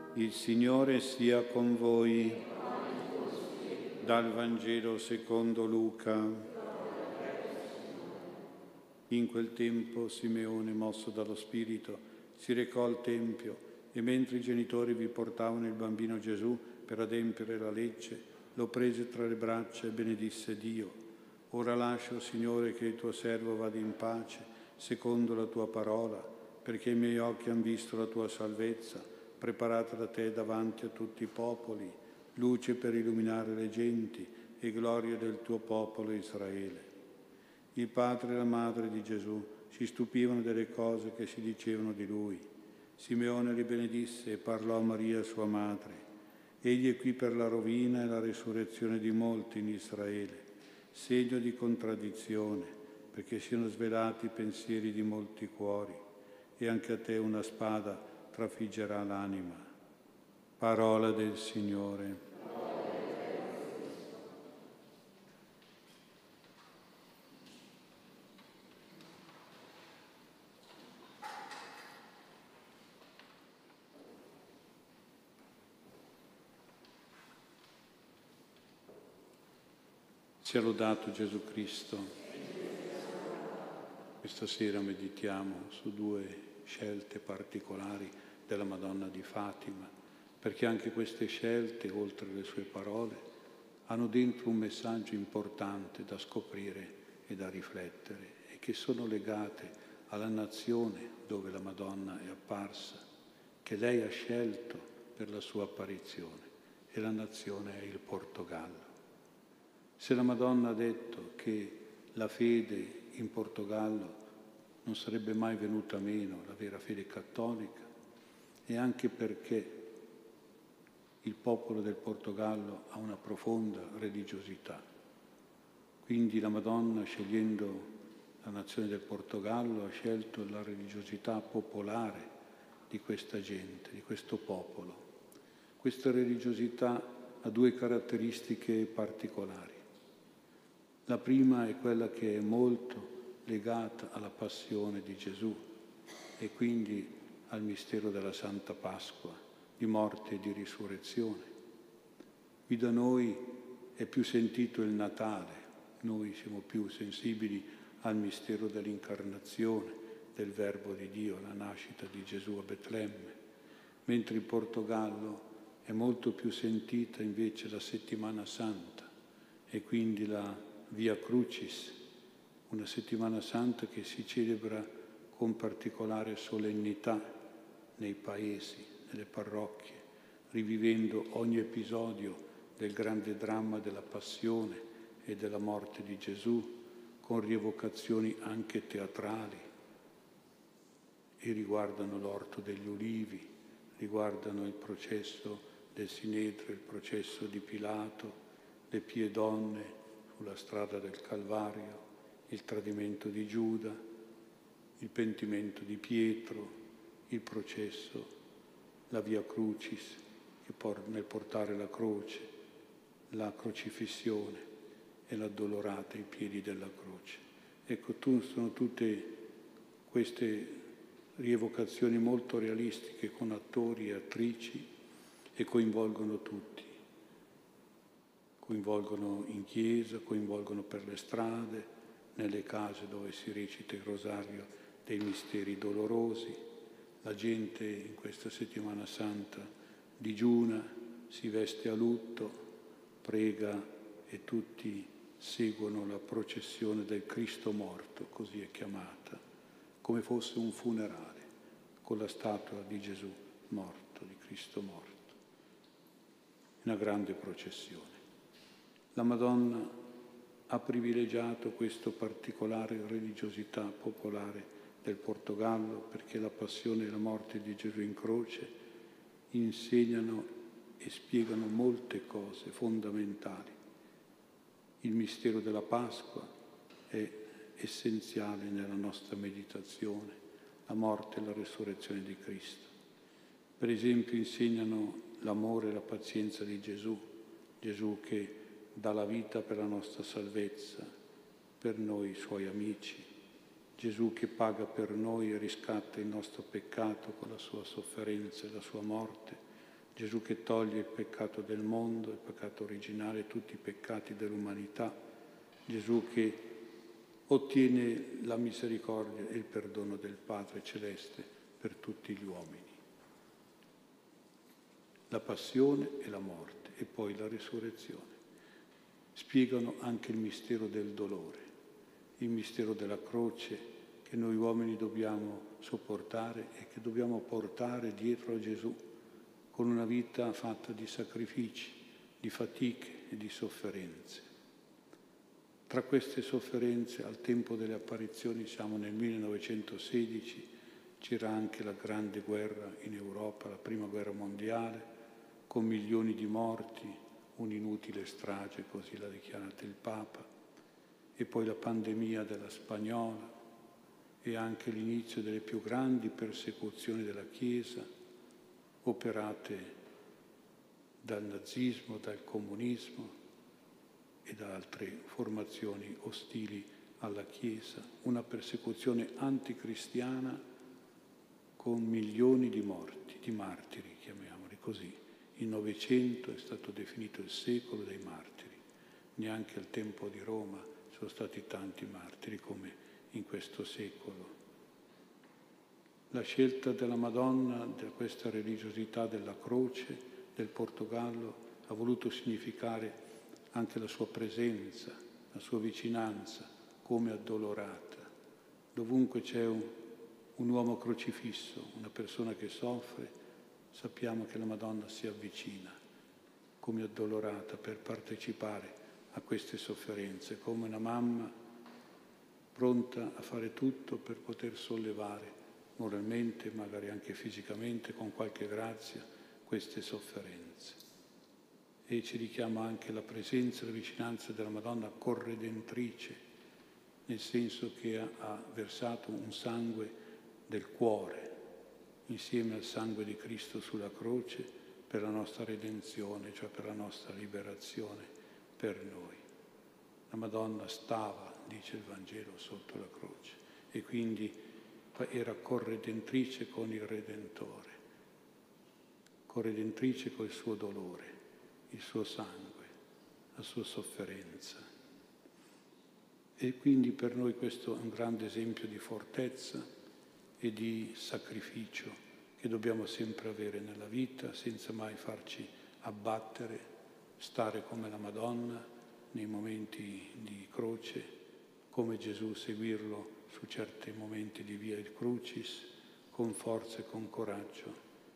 Il Signore sia con voi. Dal Vangelo secondo Luca. In quel tempo Simeone, mosso dallo Spirito, si recò al Tempio e mentre i genitori vi portavano il bambino Gesù per adempiere la legge, lo prese tra le braccia e benedisse Dio. Ora lascio, Signore, che il tuo servo vada in pace, secondo la tua parola, perché i miei occhi hanno visto la tua salvezza, preparata da te davanti a tutti i popoli, luce per illuminare le genti e gloria del tuo popolo Israele. Il padre e la madre di Gesù si stupivano delle cose che si dicevano di lui. Simeone li benedisse e parlò a Maria sua madre. Egli è qui per la rovina e la resurrezione di molti in Israele, segno di contraddizione, perché siano svelati i pensieri di molti cuori, e anche a te una spada trafiggerà l'anima. Parola del Signore. Sia lodato Gesù Cristo. Questa sera meditiamo su due scelte particolari della Madonna di Fatima, perché anche queste scelte, oltre alle sue parole, hanno dentro un messaggio importante da scoprire e da riflettere e che sono legate alla nazione dove la Madonna è apparsa, che lei ha scelto per la sua apparizione, e la nazione è il Portogallo. Se la Madonna ha detto che la fede in Portogallo non sarebbe mai venuta meno, la vera fede cattolica, è anche perché il popolo del Portogallo ha una profonda religiosità. Quindi la Madonna, scegliendo la nazione del Portogallo, ha scelto la religiosità popolare di questa gente, di questo popolo. Questa religiosità ha due caratteristiche particolari. La prima è quella che è molto legata alla passione di Gesù e quindi al mistero della Santa Pasqua, di morte e di risurrezione. Qui da noi è più sentito il Natale, noi siamo più sensibili al mistero dell'incarnazione, del Verbo di Dio, la nascita di Gesù a Betlemme, mentre in Portogallo è molto più sentita invece la Settimana Santa e quindi la Via Crucis, una settimana santa che si celebra con particolare solennità nei paesi, nelle parrocchie, rivivendo ogni episodio del grande dramma della passione e della morte di Gesù, con rievocazioni anche teatrali, e riguardano l'Orto degli Ulivi, riguardano il processo del Sinedrio, il processo di Pilato, le pie donne sulla strada del Calvario, il tradimento di Giuda, il pentimento di Pietro, il processo, la Via Crucis, che nel portare la croce, la crocifissione e l'addolorata ai piedi della croce. Ecco, sono tutte queste rievocazioni molto realistiche con attori e attrici e coinvolgono tutti. Coinvolgono in chiesa, coinvolgono per le strade, nelle case dove si recita il rosario dei misteri dolorosi. La gente in questa settimana santa digiuna, si veste a lutto, prega e tutti seguono la processione del Cristo morto, così è chiamata, come fosse un funerale, con la statua di Gesù morto, di Cristo morto. Una grande processione. La Madonna ha privilegiato questa particolare religiosità popolare del Portogallo perché la passione e la morte di Gesù in croce insegnano e spiegano molte cose fondamentali. Il mistero della Pasqua è essenziale nella nostra meditazione, la morte e la resurrezione di Cristo. Per esempio insegnano l'amore e la pazienza di Gesù, Gesù che dà la vita per la nostra salvezza, per noi suoi amici, Gesù che paga per noi e riscatta il nostro peccato con la sua sofferenza e la sua morte, Gesù che toglie il peccato del mondo, il peccato originale, tutti i peccati dell'umanità, Gesù che ottiene la misericordia e il perdono del Padre Celeste per tutti gli uomini. La passione e la morte e poi la risurrezione spiegano anche il mistero del dolore, il mistero della croce che noi uomini dobbiamo sopportare e che dobbiamo portare dietro a Gesù con una vita fatta di sacrifici, di fatiche e di sofferenze. Tra queste sofferenze, al tempo delle apparizioni, siamo nel 1916, c'era anche la grande guerra in Europa, la prima guerra mondiale, con milioni di morti, un'inutile strage, così l'ha dichiarata il Papa, e poi la pandemia della spagnola e anche l'inizio delle più grandi persecuzioni della Chiesa, operate dal nazismo, dal comunismo e da altre formazioni ostili alla Chiesa, una persecuzione anticristiana con milioni di morti, di martiri, chiamiamoli così. Il Novecento è stato definito il secolo dei martiri. Neanche al tempo di Roma sono stati tanti martiri come in questo secolo. La scelta della Madonna, di questa religiosità della croce del Portogallo, ha voluto significare anche la sua presenza, la sua vicinanza, come addolorata. Dovunque c'è un uomo crocifisso, una persona che soffre, sappiamo che la Madonna si avvicina come addolorata per partecipare a queste sofferenze, come una mamma pronta a fare tutto per poter sollevare moralmente, magari anche fisicamente, con qualche grazia, queste sofferenze. E ci richiama anche la presenza e la vicinanza della Madonna corredentrice, nel senso che ha versato un sangue del cuore, insieme al sangue di Cristo sulla croce, per la nostra redenzione, cioè per la nostra liberazione per noi. La Madonna stava, dice il Vangelo, sotto la croce e quindi era corredentrice con il Redentore, corredentrice col suo dolore, il suo sangue, la sua sofferenza. E quindi per noi questo è un grande esempio di fortezza e di sacrificio che dobbiamo sempre avere nella vita, senza mai farci abbattere, stare come la Madonna nei momenti di croce, come Gesù, seguirlo su certi momenti di via il Crucis, con forza e con coraggio,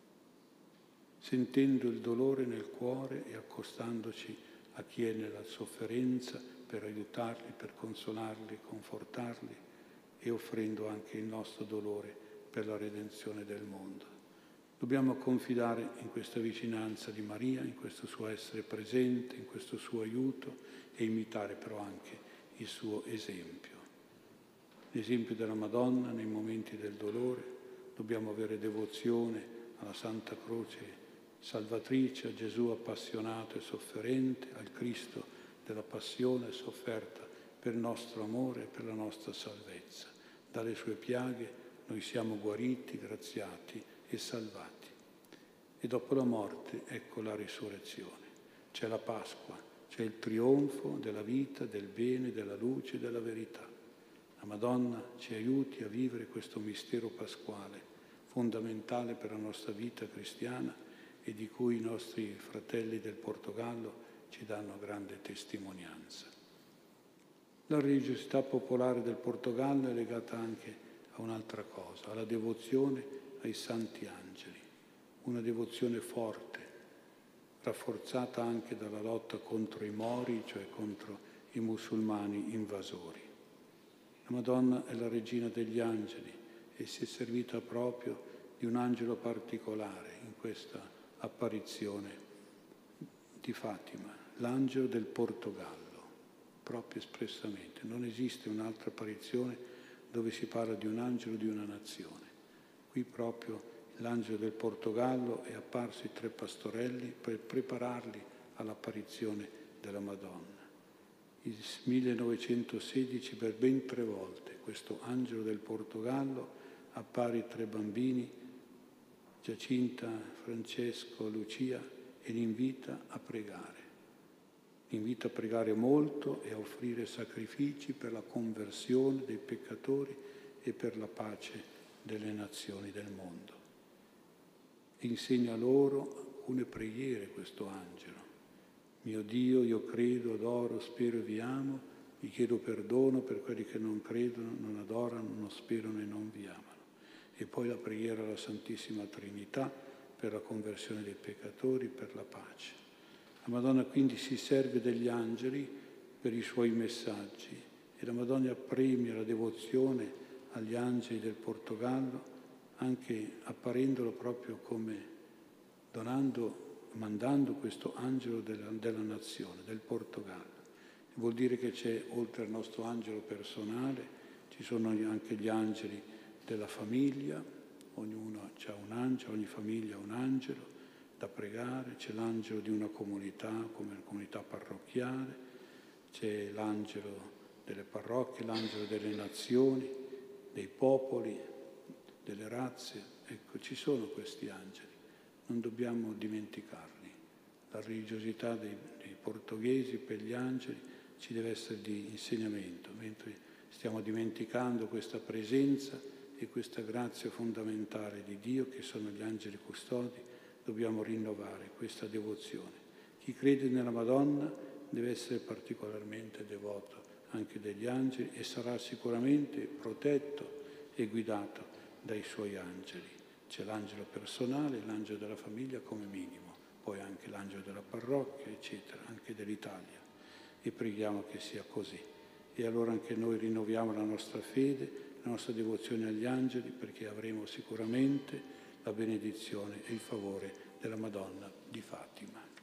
sentendo il dolore nel cuore e accostandoci a chi è nella sofferenza per aiutarli, per consolarli, confortarli e offrendo anche il nostro dolore per la redenzione del mondo. Dobbiamo confidare in questa vicinanza di Maria, in questo suo essere presente, in questo suo aiuto e imitare però anche il suo esempio. L'esempio della Madonna nei momenti del dolore, dobbiamo avere devozione alla Santa Croce Salvatrice, a Gesù appassionato e sofferente, al Cristo della passione sofferta per il nostro amore e per la nostra salvezza. Dalle sue piaghe noi siamo guariti, graziati e salvati. E dopo la morte, ecco la risurrezione. C'è la Pasqua, c'è il trionfo della vita, del bene, della luce e della verità. La Madonna ci aiuti a vivere questo mistero pasquale, fondamentale per la nostra vita cristiana e di cui i nostri fratelli del Portogallo ci danno grande testimonianza. La religiosità popolare del Portogallo è legata anche a un'altra cosa, alla devozione ai santi angeli, una devozione forte, rafforzata anche dalla lotta contro i Mori, cioè contro i musulmani invasori. La Madonna è la regina degli angeli e si è servita proprio di un angelo particolare in questa apparizione di Fatima, l'angelo del Portogallo, proprio espressamente. Non esiste un'altra apparizione dove si parla di un angelo di una nazione. Qui proprio l'angelo del Portogallo è apparso ai 3 pastorelli per prepararli all'apparizione della Madonna. Il 1916 per ben 3 volte questo angelo del Portogallo appare ai 3 bambini Giacinta, Francesco, Lucia e li invita a pregare. Li invita a pregare molto e a offrire sacrifici per la conversione dei peccatori e per la pace delle nazioni del mondo. Insegna loro alcune preghiere questo angelo. Mio Dio, io credo, adoro, spero e vi amo, vi chiedo perdono per quelli che non credono, non adorano, non sperano e non vi amano. E poi la preghiera alla Santissima Trinità per la conversione dei peccatori, per la pace. La Madonna quindi si serve degli angeli per i suoi messaggi e la Madonna premia la devozione agli angeli del Portogallo anche apparendolo proprio come mandando questo angelo della nazione, del Portogallo. Vuol dire che c'è, oltre al nostro angelo personale, ci sono anche gli angeli della famiglia, ognuno ha un angelo, ogni famiglia ha un angelo da pregare, c'è l'angelo di una comunità come la comunità parrocchiale, c'è l'angelo delle parrocchie, l'angelo delle nazioni, dei popoli, delle razze. Ecco, ci sono questi angeli, non dobbiamo dimenticarli. La religiosità dei portoghesi per gli angeli ci deve essere di insegnamento, mentre stiamo dimenticando questa presenza e questa grazia fondamentale di Dio che sono gli angeli custodi, dobbiamo rinnovare questa devozione. Chi crede nella Madonna deve essere particolarmente devoto anche degli angeli e sarà sicuramente protetto e guidato dai suoi angeli. C'è l'angelo personale, l'angelo della famiglia come minimo, poi anche l'angelo della parrocchia, eccetera, anche dell'Italia. E preghiamo che sia così. E allora anche noi rinnoviamo la nostra fede, la nostra devozione agli angeli, perché avremo sicuramente la benedizione e il favore della Madonna di Fatima.